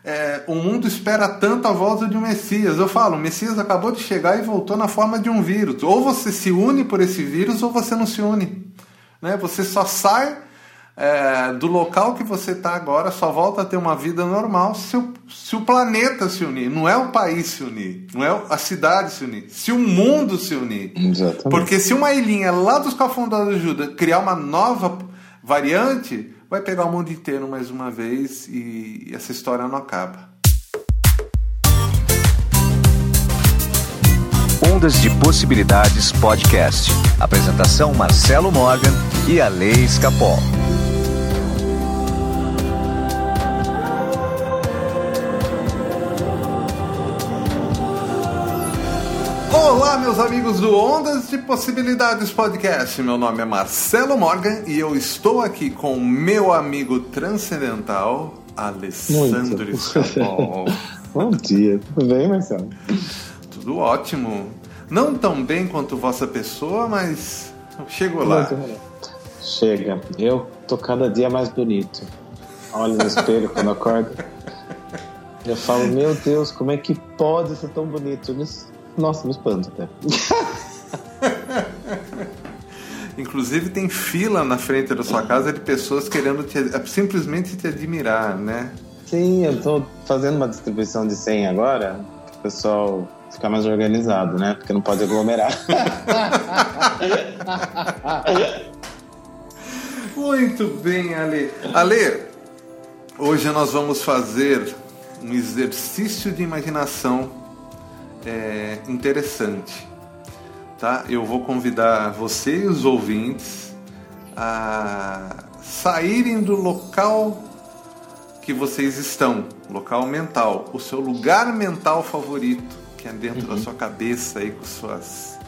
o mundo espera tanto a volta de um Messias. Eu falo, o Messias acabou de chegar e voltou na forma de um vírus. Ou você se une por esse vírus ou você não se une. Né? Você só sai do local que você está agora, só volta a ter uma vida normal se o planeta se unir. Não é o país se unir, não é a cidade se unir, se o mundo se unir. Exatamente. Porque se uma ilhinha lá dos Cafundós de Judas criar uma nova variante, vai pegar o mundo inteiro mais uma vez e essa história não acaba. Ondas de Possibilidades Podcast. Apresentação Marcelo Morgan e Ale Escapol. Olá, meus amigos do Ondas de Possibilidades Podcast. Meu nome é Marcelo Morgan e eu estou aqui com meu amigo transcendental, Alessandro Escapol. Bom dia, tudo bem, Marcelo? Tudo ótimo. Não tão bem quanto vossa pessoa, mas chegou lá. Chega. Eu tô cada dia mais bonito. Olho no espelho quando acordo. Eu falo, meu Deus, como é que pode ser tão bonito? Nossa, me espanto até. Inclusive tem fila na frente da sua casa de pessoas querendo simplesmente te admirar, né? Sim, eu tô fazendo uma distribuição de 100 agora, para o pessoal ficar mais organizado, né? Porque não pode aglomerar. Muito bem, Ale. Ale, hoje nós vamos fazer um exercício de imaginação interessante, tá? Eu vou convidar você e os ouvintes a saírem do local que vocês estão, local mental, o seu lugar mental favorito, que é dentro da sua cabeça aí, com suas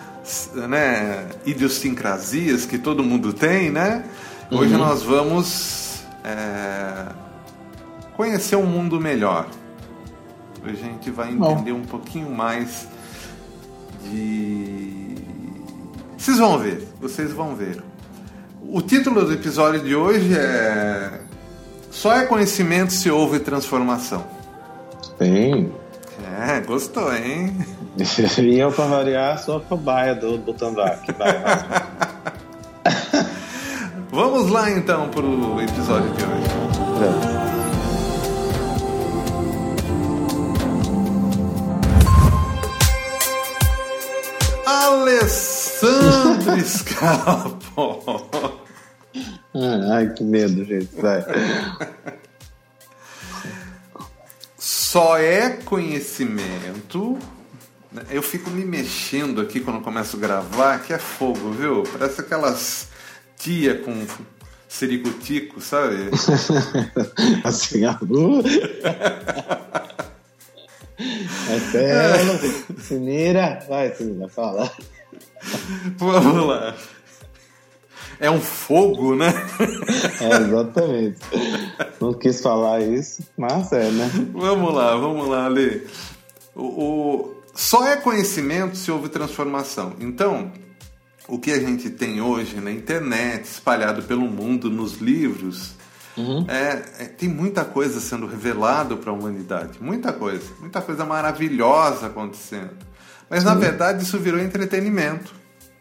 idiosincrasias que todo mundo tem, né? Hoje nós vamos conhecer um mundo melhor. Hoje a gente vai entender um pouquinho mais de... Vocês vão ver. O título do episódio de hoje é Só é conhecimento se houve transformação. Bem... gostou, hein? E eu, pra variar, sou a cobaia do Butanvac. Vamos lá, então, pro episódio de hoje. Alessandro Escapol. Ai, que medo, gente. Vai. Só é conhecimento. Eu fico me mexendo aqui quando começo a gravar, que é fogo, viu? Parece aquelas tia com ciricutico, sabe? Assim, Marcelo, Sinira. Vai, Sinira, fala. Vamos lá. É um fogo, né? Exatamente. Não quis falar isso, mas né? Vamos lá, Ale. Só é conhecimento se houve transformação. Então, o que a gente tem hoje na internet, espalhado pelo mundo, nos livros, tem muita coisa sendo revelada para a humanidade. Muita coisa maravilhosa acontecendo. Mas, na verdade, isso virou entretenimento.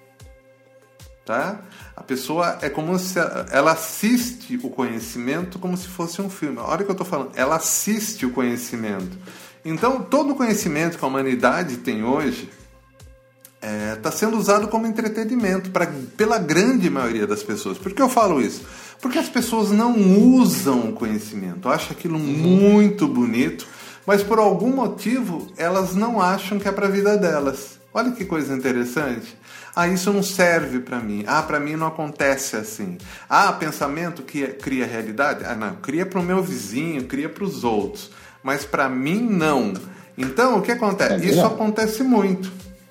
Tá? A pessoa é como se ela assiste o conhecimento como se fosse um filme. A hora que eu estou falando, ela assiste o conhecimento. Então, todo o conhecimento que a humanidade tem hoje está sendo usado como entretenimento pela grande maioria das pessoas. Por que eu falo isso? Porque as pessoas não usam o conhecimento, acham aquilo muito bonito, mas por algum motivo elas não acham que é para a vida delas. Olha que coisa interessante. Isso não serve para mim. Para mim não acontece assim. Pensamento que cria realidade? Não, cria para o meu vizinho, cria para os outros. Mas para mim, não. Então, o que acontece? Isso acontece muito.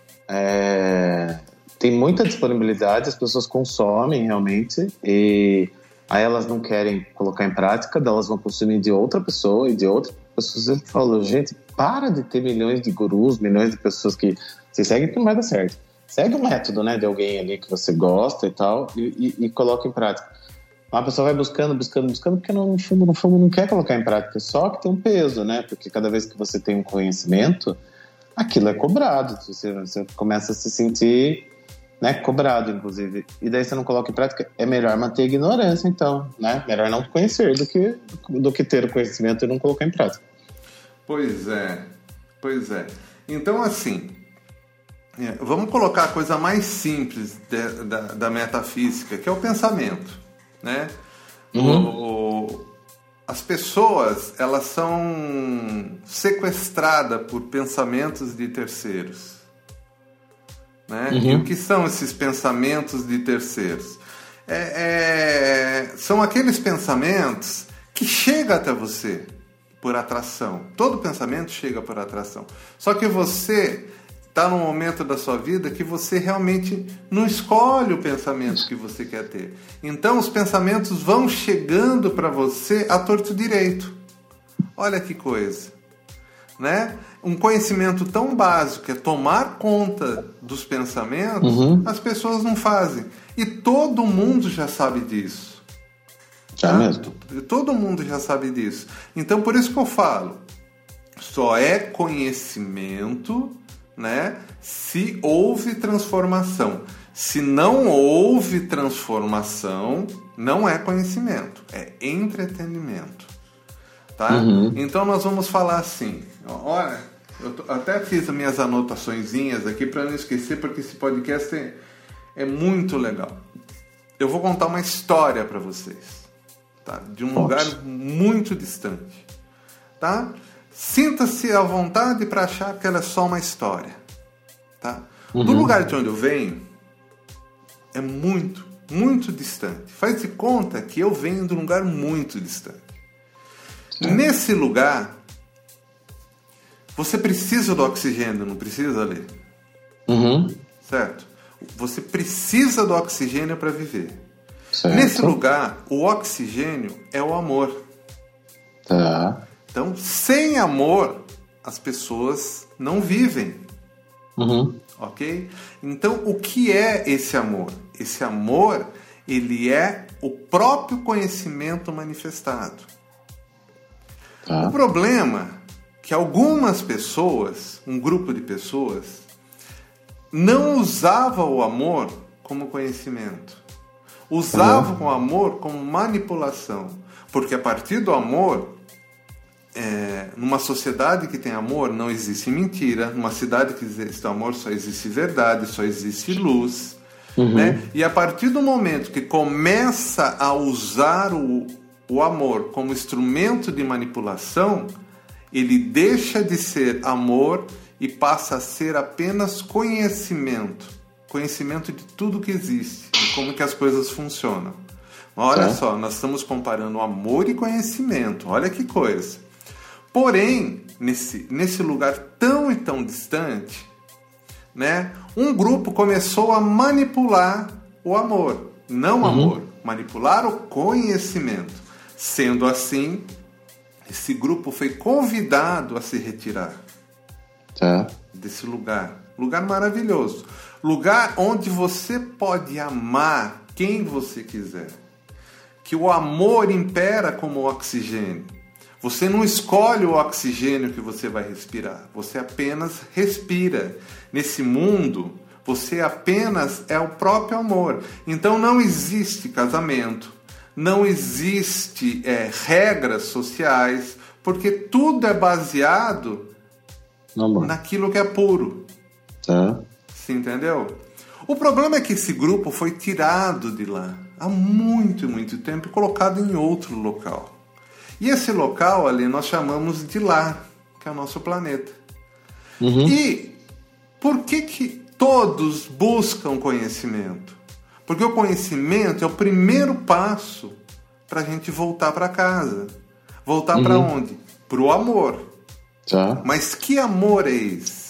Tem muita disponibilidade, as pessoas consomem realmente, e aí elas não querem colocar em prática, elas vão consumir de outra pessoa e de outra pessoa. Eu falo, gente, para de ter milhões de gurus, milhões de pessoas que você segue que não vai dar certo. Segue um método, né, de alguém ali que você gosta e tal, e coloca em prática. A pessoa vai buscando, porque no fundo não quer colocar em prática, só que tem um peso, né? Porque cada vez que você tem um conhecimento, aquilo é cobrado, você começa a se sentir, né, cobrado, inclusive. E daí você não coloca em prática, é melhor manter a ignorância, então, né? Melhor não conhecer do que ter o conhecimento e não colocar em prática. Pois é. Então, assim, vamos colocar a coisa mais simples da metafísica, que é o pensamento, né? As pessoas, elas são sequestradas por pensamentos de terceiros, né? E o que são esses pensamentos de terceiros? São aqueles pensamentos que chegam até você por atração. Todo pensamento chega por atração. Só que você está num momento da sua vida que você realmente não escolhe o pensamento que você quer ter. Então os pensamentos vão chegando para você à torto direito. Olha que coisa, né? Um conhecimento tão básico que é tomar conta dos pensamentos, as pessoas não fazem. E todo mundo já sabe disso. Já mesmo? Todo mundo já sabe disso. Então por isso que eu falo, só é conhecimento, né, se houve transformação. Se não houve transformação, não é conhecimento, é entretenimento, tá? Então nós vamos falar assim, olha, até fiz as minhas anotaçõezinhas aqui para não esquecer, porque esse podcast é muito legal. Eu vou contar uma história para vocês, tá? De um lugar muito distante, tá? Sinta-se à vontade para achar que ela é só uma história, tá? Do lugar de onde eu venho, é muito, muito distante. Faz de conta que eu venho de um lugar muito distante. Nesse lugar, você precisa do oxigênio, não precisa, Lê? Certo? Você precisa do oxigênio para viver. Certo. Nesse lugar, o oxigênio é o amor. Tá. Então, sem amor, as pessoas não vivem. Ok? Então, o que é esse amor? Esse amor, ele é o próprio conhecimento manifestado. Tá. O problema é que algumas pessoas, um grupo de pessoas, não usava o amor como conhecimento. Usavam o amor como manipulação. Porque a partir do amor, numa sociedade que tem amor, não existe mentira. Numa cidade que existe amor, só existe verdade, só existe luz. Né? E a partir do momento que começa a usar o amor como instrumento de manipulação, ele deixa de ser amor e passa a ser apenas conhecimento. Conhecimento de tudo que existe, de como que as coisas funcionam. Olha só, nós estamos comparando amor e conhecimento. Olha que coisa. Porém, nesse lugar tão e tão distante, né, um grupo começou a manipular o amor. Não o amor, manipular o conhecimento. Sendo assim, esse grupo foi convidado a se retirar desse lugar. Lugar maravilhoso. Lugar onde você pode amar quem você quiser. Que o amor impera como o oxigênio. Você não escolhe o oxigênio que você vai respirar. Você apenas respira. Nesse mundo, você apenas é o próprio amor. Então não existe casamento. Não existe regras sociais. Porque tudo é baseado naquilo que é puro. Você entendeu? O problema é que esse grupo foi tirado de lá há muito, muito tempo e colocado em outro local. E esse local ali nós chamamos de lar, que é o nosso planeta. E por que todos buscam conhecimento? Porque o conhecimento é o primeiro passo para a gente voltar para casa. Voltar para onde? Para o amor. Mas que amor é esse?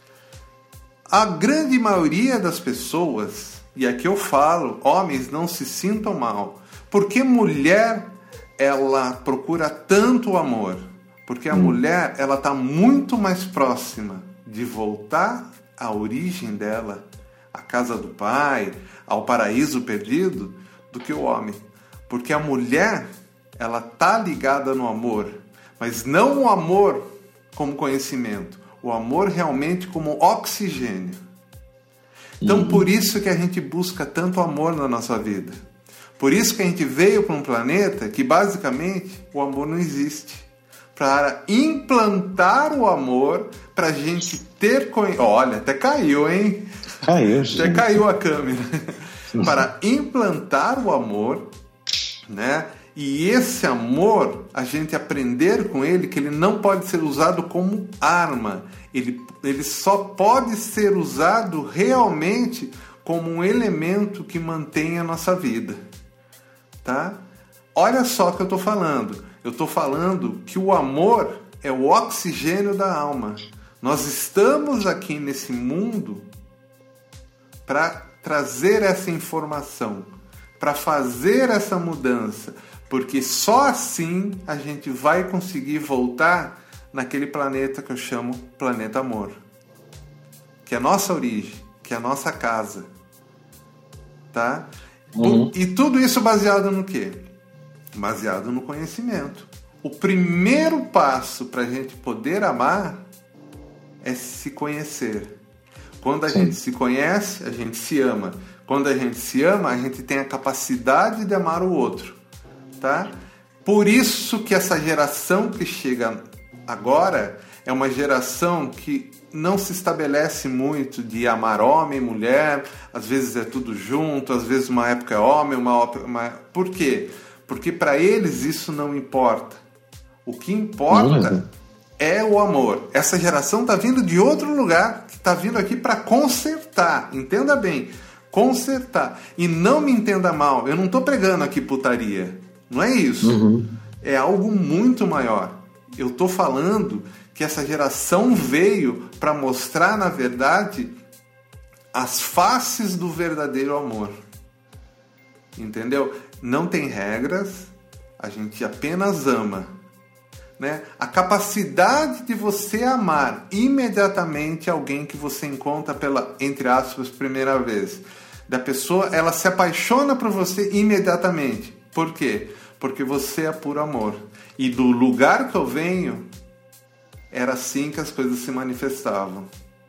A grande maioria das pessoas, e aqui eu falo, homens, não se sintam mal, porque mulher, ela procura tanto o amor, porque a mulher, ela está muito mais próxima de voltar à origem dela, à casa do pai, ao paraíso perdido, do que o homem. Porque a mulher, ela tá ligada no amor, mas não o amor como conhecimento, o amor realmente como oxigênio. Então, por isso que a gente busca tanto amor na nossa vida. Por isso que a gente veio para um planeta que, basicamente, o amor não existe. Para implantar o amor, para a gente ter... Olha, até caiu, hein? Caiu, gente. Até caiu a câmera. Para implantar o amor, né? E esse amor, a gente aprender com ele que ele não pode ser usado como arma. Ele só pode ser usado realmente como um elemento que mantém a nossa vida. Tá? Olha só o que eu estou falando. Eu estou falando que o amor é o oxigênio da alma. Nós estamos aqui nesse mundo para trazer essa informação, para fazer essa mudança, porque só assim a gente vai conseguir voltar naquele planeta que eu chamo Planeta Amor, que é a nossa origem, que é a nossa casa, tá? E tudo isso baseado no quê? Baseado no conhecimento. O primeiro passo para a gente poder amar é se conhecer. Quando a gente se conhece, a gente se ama. Quando a gente se ama, a gente tem a capacidade de amar o outro, tá? Por isso que essa geração que chega agora é uma geração que não se estabelece muito de amar homem e mulher, às vezes é tudo junto, às vezes uma época é homem, Por quê? Porque para eles isso não importa. O que importa é o amor. Essa geração está vindo de outro lugar, que está vindo aqui para consertar. Entenda bem, consertar. E não me entenda mal, eu não estou pregando aqui putaria. Não é isso. É algo muito maior. Eu estou falando que essa geração veio para mostrar, na verdade, as faces do verdadeiro amor. Entendeu? Não tem regras, a gente apenas ama. Né? A capacidade de você amar imediatamente alguém que você encontra pela, entre aspas, primeira vez. Da pessoa, ela se apaixona por você imediatamente. Por quê? Porque você é puro amor. E do lugar que eu venho, era assim que as coisas se manifestavam.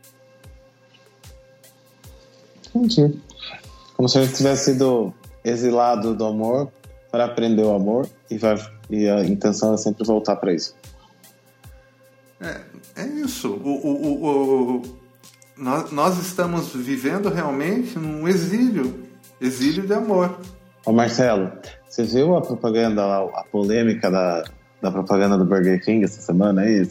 Entendi. Como se a gente tivesse sido exilado do amor para aprender o amor e a intenção é sempre voltar para isso. É isso. Nós estamos vivendo realmente num exílio de amor. Ô Marcelo, você viu a propaganda, a polêmica da propaganda do Burger King essa semana aí?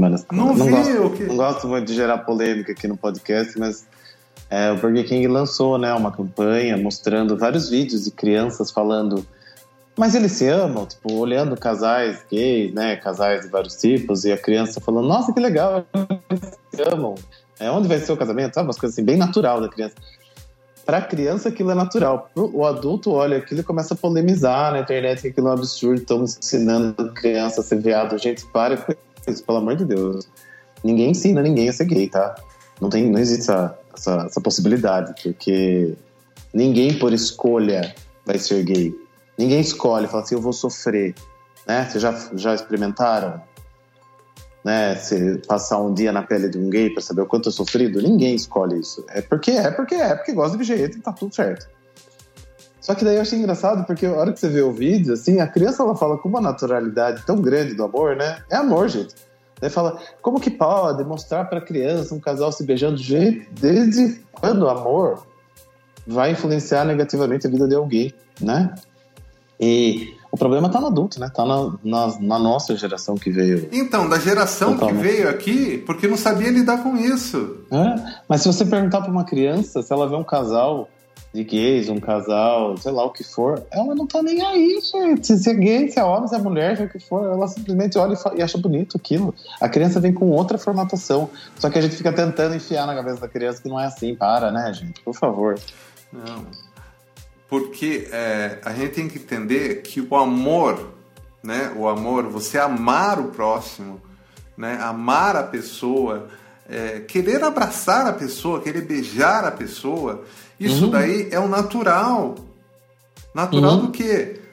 Não gosto muito de gerar polêmica aqui no podcast, mas o Burger King lançou, né, uma campanha mostrando vários vídeos de crianças falando, mas eles se amam, tipo, olhando casais gays, né, casais de vários tipos, e a criança falando, nossa, que legal, eles se amam. Onde vai ser o casamento? Sabe, umas coisas assim, bem natural da criança. Para a criança aquilo é natural. O adulto olha aquilo e começa a polemizar na internet que aquilo é um absurdo, estamos ensinando a criança a ser viado. Gente, para com isso, pelo amor de Deus. Ninguém ensina ninguém a ser gay, tá? Não existe essa possibilidade, porque ninguém por escolha vai ser gay. Ninguém escolhe, fala assim, eu vou sofrer. Né? Vocês já experimentaram? Né? Se passar um dia na pele de um gay para saber o quanto é sofrido? Ninguém escolhe isso. É porque gosta de jeito e tá tudo certo. Só que daí eu achei engraçado, porque a hora que você vê o vídeo, assim, a criança ela fala com uma naturalidade tão grande do amor, né? É amor, gente. Daí fala, como que pode mostrar para criança um casal se beijando de jeito? Desde quando o amor vai influenciar negativamente a vida de alguém, né? E o problema tá no adulto, né? Tá na nossa geração que veio. Então, da geração que veio aqui, porque não sabia lidar com isso. Mas se você perguntar pra uma criança, se ela vê um casal de gays, um casal, sei lá o que for, ela não tá nem aí, gente. Se é gay, se é homem, se é mulher, se é o que for, ela simplesmente olha e acha bonito aquilo. A criança vem com outra formatação. Só que a gente fica tentando enfiar na cabeça da criança que não é assim. Para, né, gente? Por favor. Não. Porque a gente tem que entender que o amor, né? O amor, você amar o próximo, né? Amar a pessoa, querer abraçar a pessoa, querer beijar a pessoa, isso daí é o natural. Natural do quê?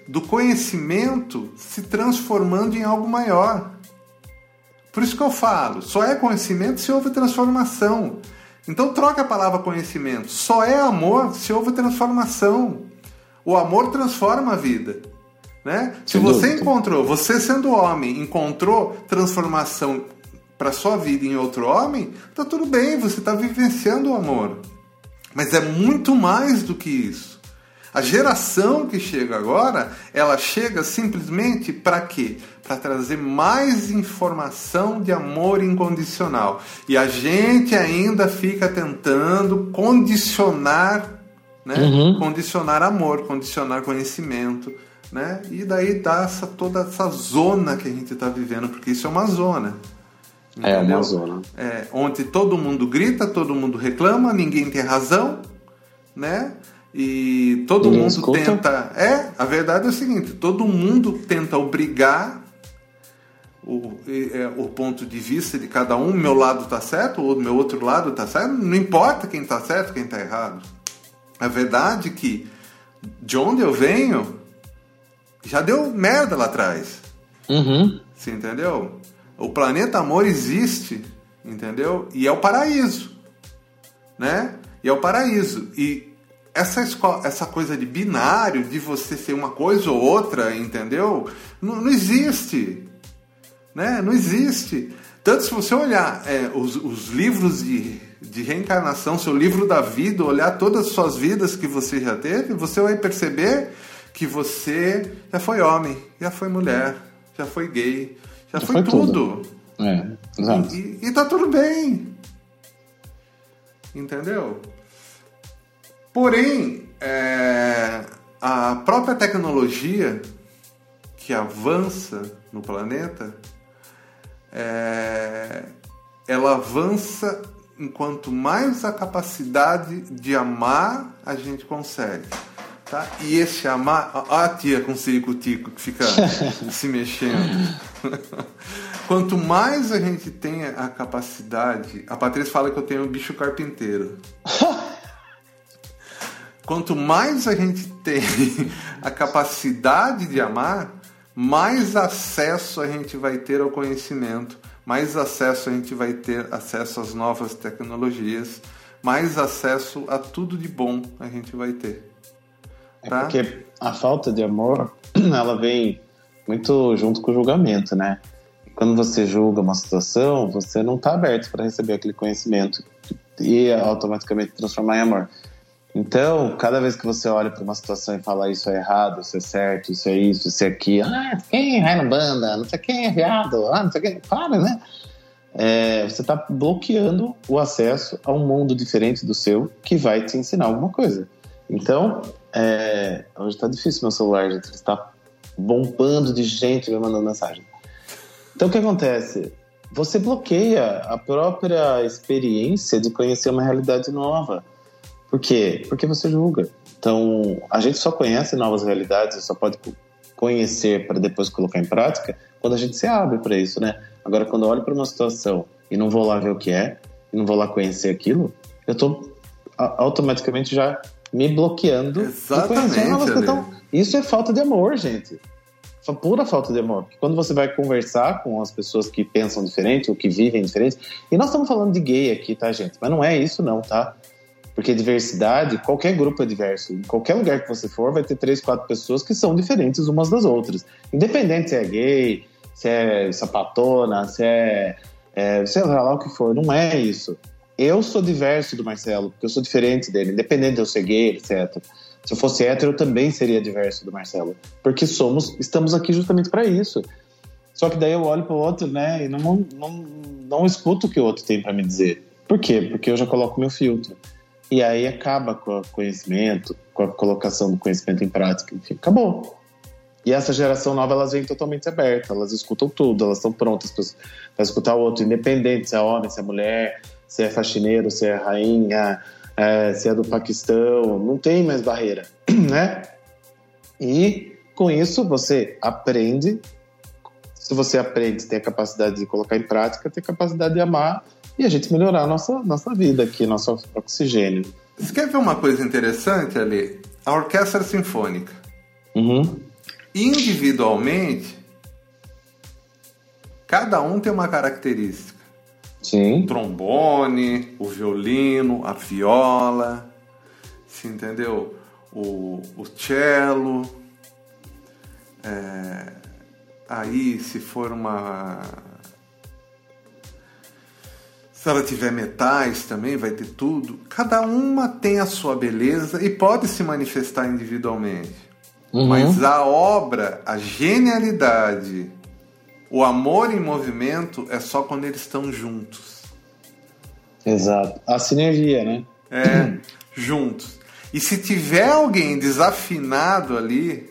do conhecimento se transformando em algo maior. Por isso que eu falo, só é conhecimento se houve transformação. Então troca a palavra conhecimento. Só é amor se houve transformação. O amor transforma a vida, né? Se você encontrou, você sendo homem, encontrou transformação para sua vida em outro homem, tá tudo bem, você está vivenciando o amor. Mas é muito mais do que isso. A geração que chega agora, ela chega simplesmente para quê? Para trazer mais informação de amor incondicional. E a gente ainda fica tentando condicionar, né? Condicionar amor, condicionar conhecimento, né? E daí dá toda essa zona que a gente está vivendo, porque isso é uma zona. Entendeu? É uma zona. Onde todo mundo grita, todo mundo reclama, ninguém tem razão, né? E todo ninguém mundo escuta. tenta... a verdade é o seguinte, todo mundo tenta obrigar o ponto de vista de cada um, meu lado está certo, ou meu outro lado está certo, não importa quem está certo, quem está errado. A verdade é que de onde eu venho, já deu merda lá atrás. Você entendeu? O planeta amor existe, entendeu? E é o paraíso, né? E é o paraíso. E essa coisa de binário, de você ser uma coisa ou outra, entendeu? Não existe, né? Não existe. Tanto se você olhar os livros de reencarnação, seu livro da vida, olhar todas as suas vidas que você já teve, você vai perceber que você já foi homem, já foi mulher, já foi gay, já foi tudo. Exato. E tá tudo bem. Entendeu? Porém, a própria tecnologia que avança no planeta, ela avança enquanto mais a capacidade de amar a gente consegue. Tá? E esse amar... Olha a tia com ciricutico que fica se mexendo. Quanto mais a gente tem a capacidade... A Patrícia fala que eu tenho um bicho carpinteiro. Quanto mais a gente tem a capacidade de amar, mais acesso a gente vai ter ao conhecimento, mais acesso a gente vai ter acesso às novas tecnologias, mais acesso a tudo de bom a gente vai ter. Tá? Porque a falta de amor, ela vem muito junto com o julgamento, né? Quando você julga uma situação, você não está aberto para receber aquele conhecimento e automaticamente transformar em amor. Então, cada vez que você olha para uma situação e fala isso é errado, isso é certo, isso é isso, isso é aquilo, quem vai na banda, não sei quem é viado, não sei quem, para, né? Você está bloqueando o acesso a um mundo diferente do seu que vai te ensinar alguma coisa. Então, hoje está difícil meu celular, gente, ele está bombando de gente me mandando mensagem. Então, o que acontece? Você bloqueia a própria experiência de conhecer uma realidade nova. Por quê? Porque você julga. Então, a gente só conhece novas realidades, só pode conhecer para depois colocar em prática quando a gente se abre para isso, né? Agora, quando eu olho para uma situação e não vou lá ver o que é, e não vou lá conhecer aquilo, eu estou automaticamente já me bloqueando. Exatamente. Então, isso é falta de amor, gente. Pura falta de amor. Porque quando você vai conversar com as pessoas que pensam diferente ou que vivem diferente, e nós estamos falando de gay aqui, tá, gente? Mas não é isso não, tá? Porque diversidade, qualquer grupo é diverso. Em qualquer lugar que você for, vai ter 3, 4 pessoas que são diferentes umas das outras. Independente se é gay, se é sapatona, se é sei lá o que for. Não é isso. Eu sou diverso do Marcelo, porque eu sou diferente dele. Independente de eu ser gay, etc. Se eu fosse hétero, eu também seria diverso do Marcelo. Porque estamos aqui justamente para isso. Só que daí eu olho para o outro, né, e não escuto o que o outro tem para me dizer. Por quê? Porque eu já coloco meu filtro. E aí acaba com o conhecimento, com a colocação do conhecimento em prática, enfim, acabou. E essa geração nova, elas vêm totalmente abertas, elas escutam tudo, elas estão prontas para escutar o outro, independente se é homem, se é mulher, se é faxineiro, se é rainha, se é do Paquistão, não tem mais barreira, né? E com isso você aprende, se você aprende, tem a capacidade de colocar em prática, tem a capacidade de amar, e a gente melhorar a nossa vida aqui, nosso oxigênio. Você quer ver uma coisa interessante ali? A orquestra sinfônica. Individualmente, cada um tem uma característica. Sim. O trombone, o violino, a viola, você entendeu? O cello. Aí, se ela tiver metais também, vai ter tudo. Cada uma tem a sua beleza e pode se manifestar individualmente. Mas a obra, a genialidade, o amor em movimento é só quando eles estão juntos. Exato. A sinergia, né? Juntos. E se tiver alguém desafinado ali,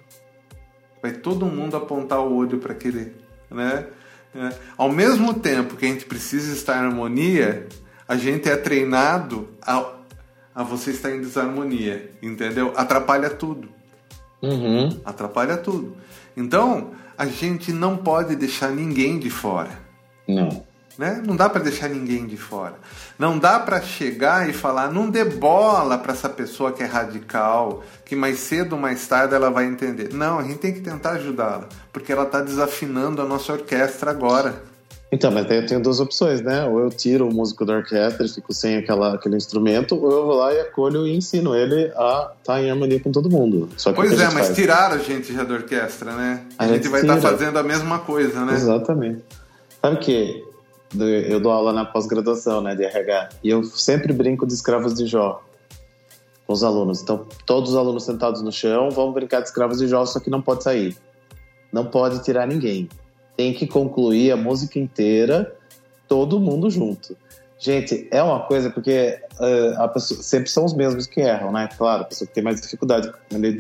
vai todo mundo apontar o olho para aquele, né? Ao mesmo tempo que a gente precisa estar em harmonia, a gente é treinado a você estar em desarmonia, entendeu? Atrapalha tudo. Atrapalha tudo. Então, a gente não pode deixar ninguém de fora. Não. Né? Não dá para deixar ninguém de fora. Não dá para chegar e falar, não dê bola para essa pessoa que é radical, que mais cedo ou mais tarde ela vai entender. Não, a gente tem que tentar ajudá-la, porque ela está desafinando a nossa orquestra agora. Então, mas eu tenho duas opções, né? Ou eu tiro o músico da orquestra e fico sem aquele instrumento, ou eu vou lá e acolho e ensino ele a estar em harmonia com todo mundo. Só que pois é, mas tiraram a gente já da orquestra, né? A gente vai estar fazendo a mesma coisa, né? Exatamente. Sabe o que? Eu dou aula na pós-graduação, né, de RH, e eu sempre brinco de escravos de Jó com os alunos. Então, todos os alunos sentados no chão vão brincar de escravos de Jó, só que não pode sair. Não pode tirar ninguém. Tem que concluir a música inteira, todo mundo junto. Gente, é uma coisa, porque a pessoa, sempre são os mesmos que erram, né? Claro, a pessoa que tem mais dificuldade,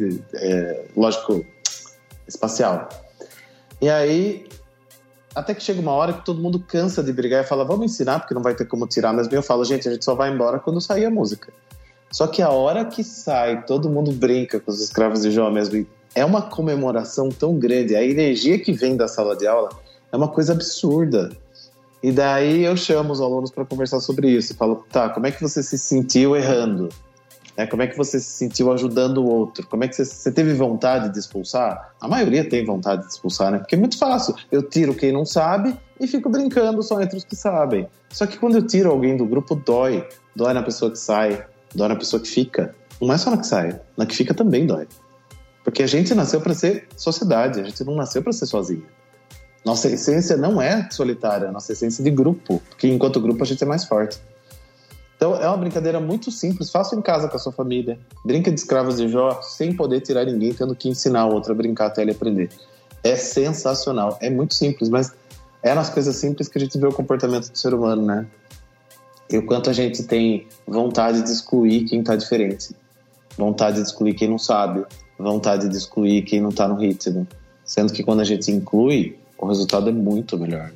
lógico, espacial. E aí, até que chega uma hora que todo mundo cansa de brigar e fala, vamos ensinar, porque não vai ter como tirar. Mas eu falo, gente, a gente só vai embora quando sair a música. Só que a hora que sai, todo mundo brinca com os escravos de Jó mesmo. É uma comemoração tão grande. A energia que vem da sala de aula é uma coisa absurda. E daí eu chamo os alunos para conversar sobre isso. Falo, tá, como é que você se sentiu errando? Como é que você se sentiu ajudando o outro? Como é que você teve vontade de expulsar? A maioria tem vontade de expulsar, né? Porque é muito fácil. Eu tiro quem não sabe e fico brincando só entre os que sabem. Só que quando eu tiro alguém do grupo, dói. Dói na pessoa que sai, dói na pessoa que fica. Não é só na que sai, na que fica também dói. Porque a gente nasceu para ser sociedade, a gente não nasceu para ser sozinho. Nossa essência não é solitária, nossa essência é de grupo. Porque enquanto grupo a gente é mais forte. Então é uma brincadeira muito simples, faça em casa com a sua família. Brinca de escravos de Jó sem poder tirar ninguém, tendo que ensinar o outro a brincar até ele aprender. É sensacional, é muito simples, mas é nas coisas simples que a gente vê o comportamento do ser humano, né? E o quanto a gente tem vontade de excluir quem tá diferente. Vontade de excluir quem não sabe. Vontade de excluir quem não tá no ritmo. Sendo que quando a gente inclui, o resultado é muito melhor.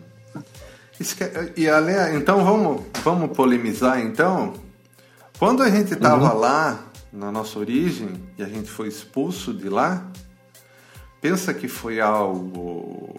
E Ale, então vamos polemizar então. Quando a gente estava lá na nossa origem e a gente foi expulso de lá, pensa que foi algo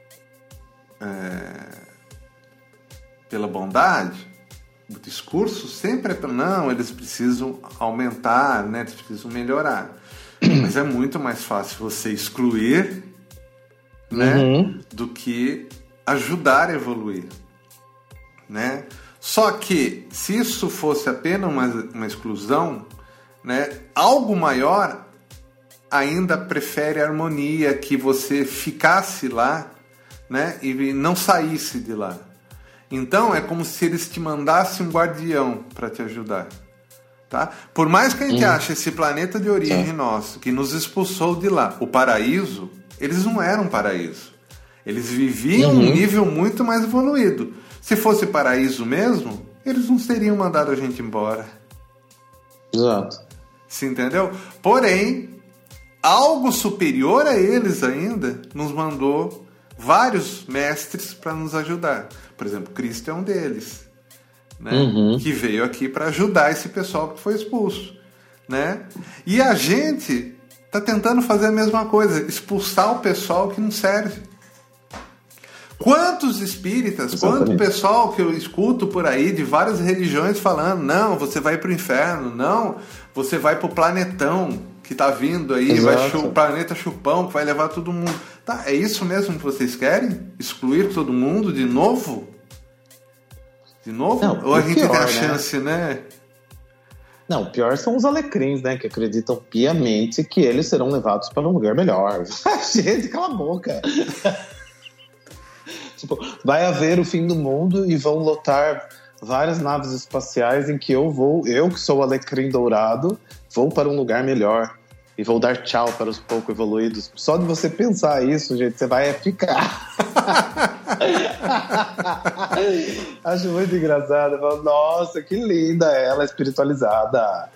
pela bondade? O discurso sempre é não, eles precisam aumentar, né? Eles precisam melhorar. Mas é muito mais fácil você excluir, né, do que ajudar a evoluir, né? Só que se isso fosse apenas uma exclusão, né, algo maior ainda prefere a harmonia, que você ficasse lá, né, e não saísse de lá. Então é como se eles te mandassem um guardião para te ajudar, tá? Por mais que a gente ache esse planeta de origem nosso, que nos expulsou de lá, o paraíso, eles não eram paraíso. Eles viviam num nível muito mais evoluído. Se fosse paraíso mesmo, eles não teriam mandado a gente embora. Exato. Você entendeu? Porém, algo superior a eles ainda nos mandou vários mestres para nos ajudar. Por exemplo, Cristo é um deles, né? Que veio aqui para ajudar esse pessoal que foi expulso, né? E a gente está tentando fazer a mesma coisa, expulsar o pessoal que não serve. Quantos espíritas, quanto pessoal que eu escuto por aí de várias religiões falando, não, você vai para o inferno, não, você vai para o planetão, que tá vindo aí, o planeta chupão, que vai levar todo mundo. Tá, é isso mesmo que vocês querem? Excluir todo mundo de novo? De novo? Não, ou a gente pior, tem a chance, né? Não, o pior são os alecrins, né? Que acreditam piamente que eles serão levados para um lugar melhor. Gente, cala a boca. Tipo, vai haver o fim do mundo e vão lotar várias naves espaciais em que eu que sou o alecrim dourado, vou para um lugar melhor e vou dar tchau para os pouco evoluídos. Só de você pensar isso, gente, você vai ficar. Acho muito engraçado. Eu falo, nossa, que linda ela, espiritualizada.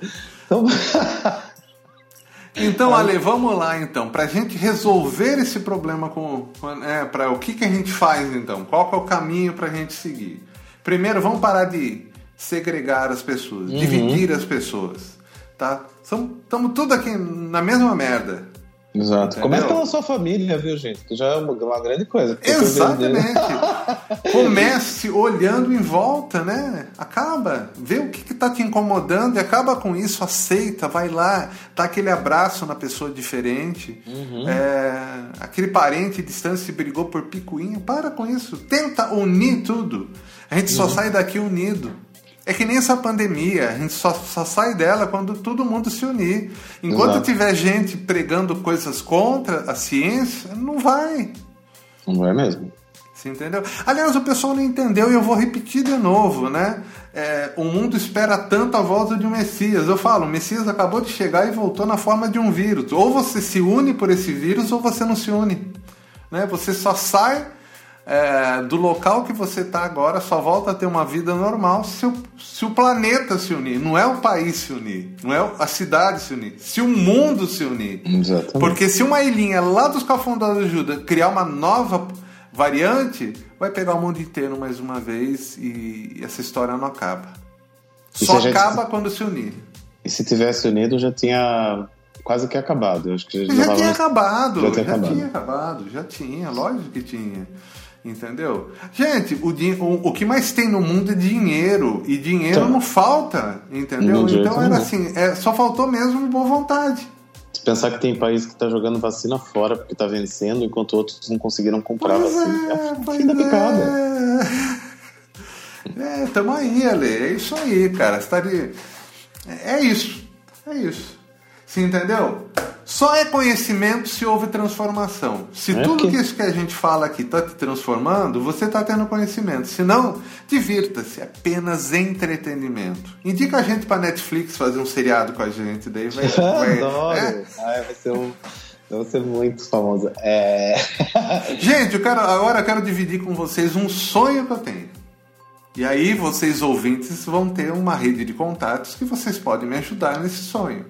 Então, Ale, vamos lá então. Pra gente resolver esse problema o que a gente faz então? Qual que é o caminho pra gente seguir? Primeiro, vamos parar de segregar as pessoas, dividir as pessoas, tá? Estamos tudo aqui na mesma merda. Exato. Começa pela sua família, viu, gente? Que já é uma grande coisa. Exatamente. Comece olhando em volta, né? Vê o que tá te incomodando e acaba com isso, aceita, vai lá, dá aquele abraço na pessoa diferente. Aquele parente distante se brigou por picuinha, para com isso. Tenta unir tudo. A gente só sai daqui unido. É que nem essa pandemia, a gente só sai dela quando todo mundo se unir. Enquanto tiver gente pregando coisas contra a ciência, não vai. Não vai mesmo. Você entendeu? Aliás, o pessoal não entendeu e eu vou repetir de novo, né? O mundo espera tanto a volta de um Messias. Eu falo, o Messias acabou de chegar e voltou na forma de um vírus. Ou você se une por esse vírus ou você não se une. Né? Você só sai... do local que você está agora, só volta a ter uma vida normal se o planeta se unir, não é o país se unir, não é a cidade se unir, se o mundo se unir. Exatamente. Porque se uma ilhinha lá dos Cafundós de Judas criar uma nova variante, vai pegar o mundo inteiro mais uma vez e essa história não acaba. Só acaba quando se unir. E se tivesse unido já tinha quase que acabado. Eu acho que já tinha acabado, lógico que tinha. Entendeu? Gente, o que mais tem no mundo é dinheiro. E dinheiro não falta, entendeu? Então era assim, só faltou mesmo boa vontade. Se pensar que tem país que está jogando vacina fora porque está vencendo, enquanto outros não conseguiram comprar vacina. Fim da picada. Tamo aí, Ale. É isso aí, cara. É isso. Você entendeu? Só é conhecimento se houve transformação. Se tudo isso que a gente fala aqui está te transformando, você está tendo conhecimento. Se não, divirta-se. É apenas entretenimento. Indica a gente para Netflix fazer um seriado com a gente. Daí vai adoro. Vai ser muito famosa. Gente, agora eu quero dividir com vocês um sonho que eu tenho. E aí vocês ouvintes vão ter uma rede de contatos que vocês podem me ajudar nesse sonho.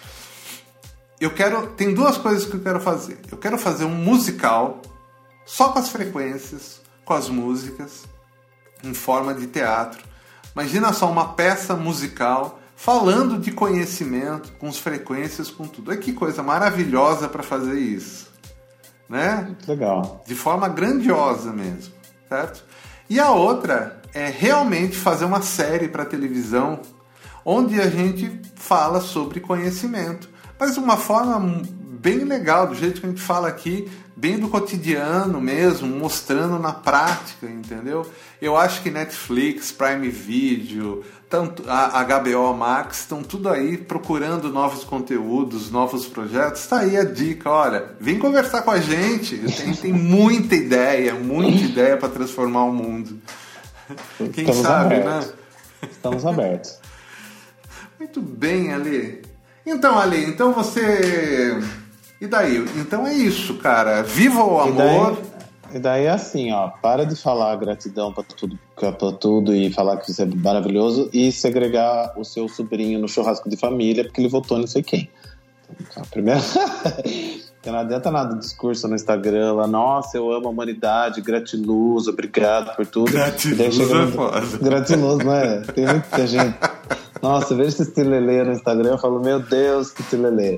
Tem duas coisas que eu quero fazer. Eu quero fazer um musical só com as frequências, com as músicas, em forma de teatro. Imagina só uma peça musical falando de conhecimento, com as frequências, com tudo. Olha que coisa maravilhosa para fazer isso. Né? Muito legal. De forma grandiosa mesmo, certo? E a outra é realmente fazer uma série para televisão onde a gente fala sobre conhecimento. Mas de uma forma bem legal, do jeito que a gente fala aqui, bem do cotidiano mesmo, mostrando na prática, entendeu? Eu acho que Netflix, Prime Video, tanto a HBO Max, estão tudo aí procurando novos conteúdos, novos projetos. Tá aí a dica, olha, vem conversar com a gente, tem muita ideia para transformar o mundo. Quem Estamos sabe, abertos. Né? Estamos abertos. Muito bem, Ale. Então, Ale, então você... E daí? Então é isso, cara. Viva o amor. E daí é assim, ó. Para de falar gratidão pra tudo e falar que você é maravilhoso e segregar o seu sobrinho no churrasco de família porque ele votou não sei quem. Então, primeiro... Não adianta nada discurso no Instagram lá, nossa, eu amo a humanidade, gratiluz, obrigado por tudo. Gratiluz é foda. Gratiluz, não é? Tem muita gente. Nossa, eu vejo esse tilelê no Instagram, eu falo, meu Deus, que tilelê.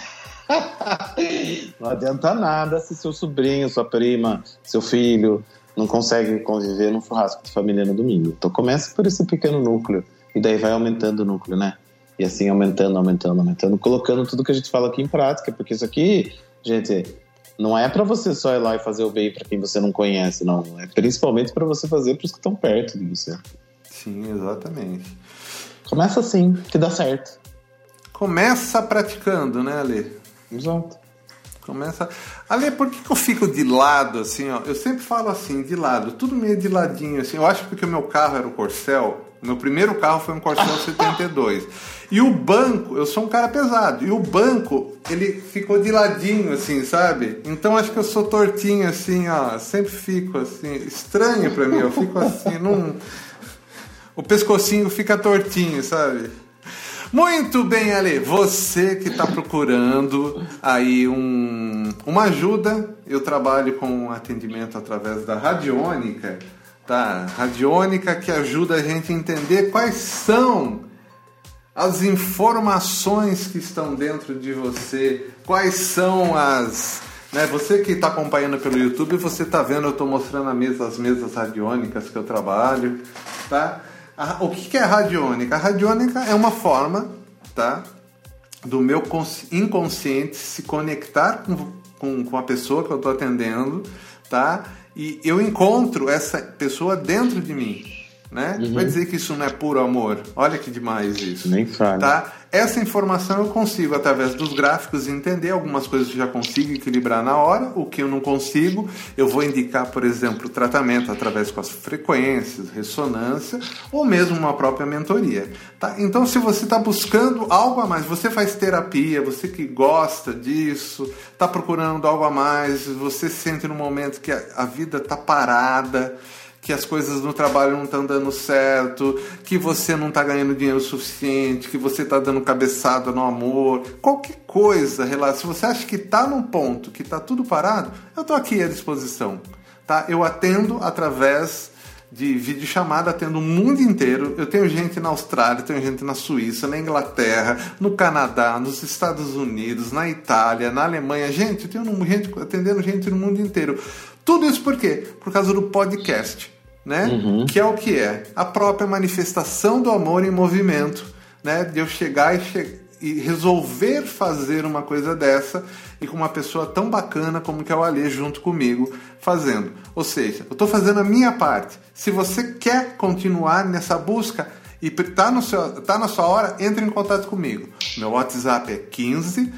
Não adianta nada se seu sobrinho, sua prima, seu filho não consegue conviver num churrasco de família no domingo. Então começa por esse pequeno núcleo e daí vai aumentando o núcleo, né? E assim aumentando, colocando tudo que a gente fala aqui em prática, porque isso aqui, gente, não é para você só ir lá e fazer o bem para quem você não conhece, não. É principalmente para você fazer para os que estão perto de você. Sim, exatamente. Começa assim, que dá certo. Começa praticando, né, Ale? Exato. Começa... Ale, por que eu fico de lado, assim, ó? Eu sempre falo assim, de lado, tudo meio de ladinho, assim. Eu acho que porque o meu carro era o Corcel, o meu primeiro carro foi um Corcel 72. E o banco, eu sou um cara pesado, e o banco, ele ficou de ladinho, assim, sabe? Então acho que eu sou tortinho, assim, ó, sempre fico, assim, estranho pra mim, eu fico assim, o pescocinho fica tortinho, sabe? Muito bem, Ale, você que está procurando aí uma ajuda, eu trabalho com atendimento através da radiônica, tá? Radiônica que ajuda a gente a entender quais são as informações que estão dentro de você, quais são as... Né? Você que está acompanhando pelo YouTube, você está vendo, eu estou mostrando as mesas radiônicas que eu trabalho, tá? O que é a radiônica? A radiônica é uma forma, tá, do meu inconsciente se conectar com a pessoa que eu estou atendendo, tá? E eu encontro essa pessoa dentro de mim, né? Uhum. Vai dizer que isso não é puro amor? Olha que demais isso. Nem fala. Tá? Essa informação eu consigo, através dos gráficos, entender algumas coisas que já consigo equilibrar na hora, o que eu não consigo, eu vou indicar, por exemplo, o tratamento através com as frequências, ressonância, ou mesmo uma própria mentoria. Tá? Então, se você está buscando algo a mais, você faz terapia, você que gosta disso, está procurando algo a mais, você se sente no momento que a vida está parada, que as coisas no trabalho não estão dando certo, que você não está ganhando dinheiro suficiente, que você está dando cabeçada no amor, qualquer coisa, se você acha que está num ponto que está tudo parado, eu estou aqui à disposição. Tá? Eu atendo através de videochamada, atendo o mundo inteiro. Eu tenho gente na Austrália, tenho gente na Suíça, na Inglaterra, no Canadá, nos Estados Unidos, na Itália, na Alemanha. Gente, eu tenho gente atendendo gente no mundo inteiro. Tudo isso por quê? Por causa do podcast, né? Uhum. Que é o que é? A própria manifestação do amor em movimento, né? De eu chegar e resolver fazer uma coisa dessa e com uma pessoa tão bacana como que é o Ale junto comigo fazendo. Ou seja, eu estou fazendo a minha parte. Se você quer continuar nessa busca e tá na sua hora, entre em contato comigo. Meu WhatsApp é 15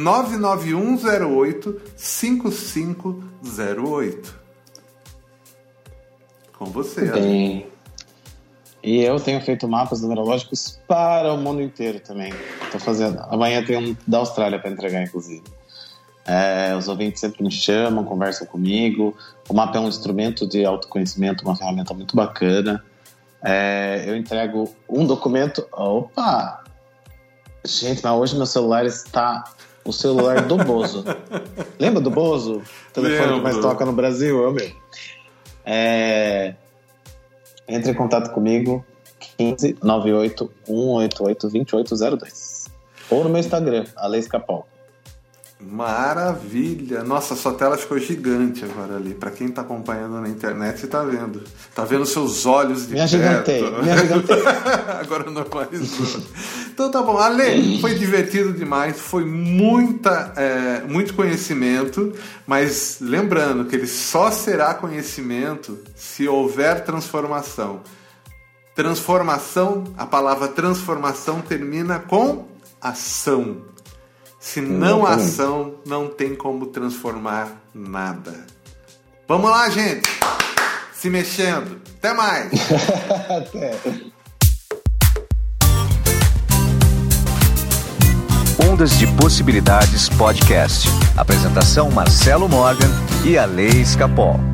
99108 5508. Com você, bem. E eu tenho feito mapas numerológicos para o mundo inteiro também. Estou fazendo. Amanhã tem um da Austrália para entregar, inclusive. Os ouvintes sempre me chamam, conversam comigo. O mapa é um instrumento de autoconhecimento, uma ferramenta muito bacana. Eu entrego um documento. Opa! Gente, mas hoje meu celular está... O celular do Bozo. Lembra do Bozo? O telefone que mais toca no Brasil, meu. Entre em contato comigo 15 98 188 2802 ou no meu Instagram, Ale Escapol. Maravilha! Nossa, sua tela ficou gigante agora ali. Pra quem tá acompanhando na internet, tá vendo. Tá vendo seus olhos de perto. Me agigantei. Agora normalizou. Então tá bom. Ale, foi divertido demais. Foi muito conhecimento. Mas lembrando que ele só será conhecimento se houver transformação. Transformação, a palavra transformação termina com ação. Se não há ação, não tem como transformar nada. Vamos lá, gente! Se mexendo. Até mais! Até. Ondas de Possibilidades Podcast. Apresentação Marcelo Morgan e Ale Escapol.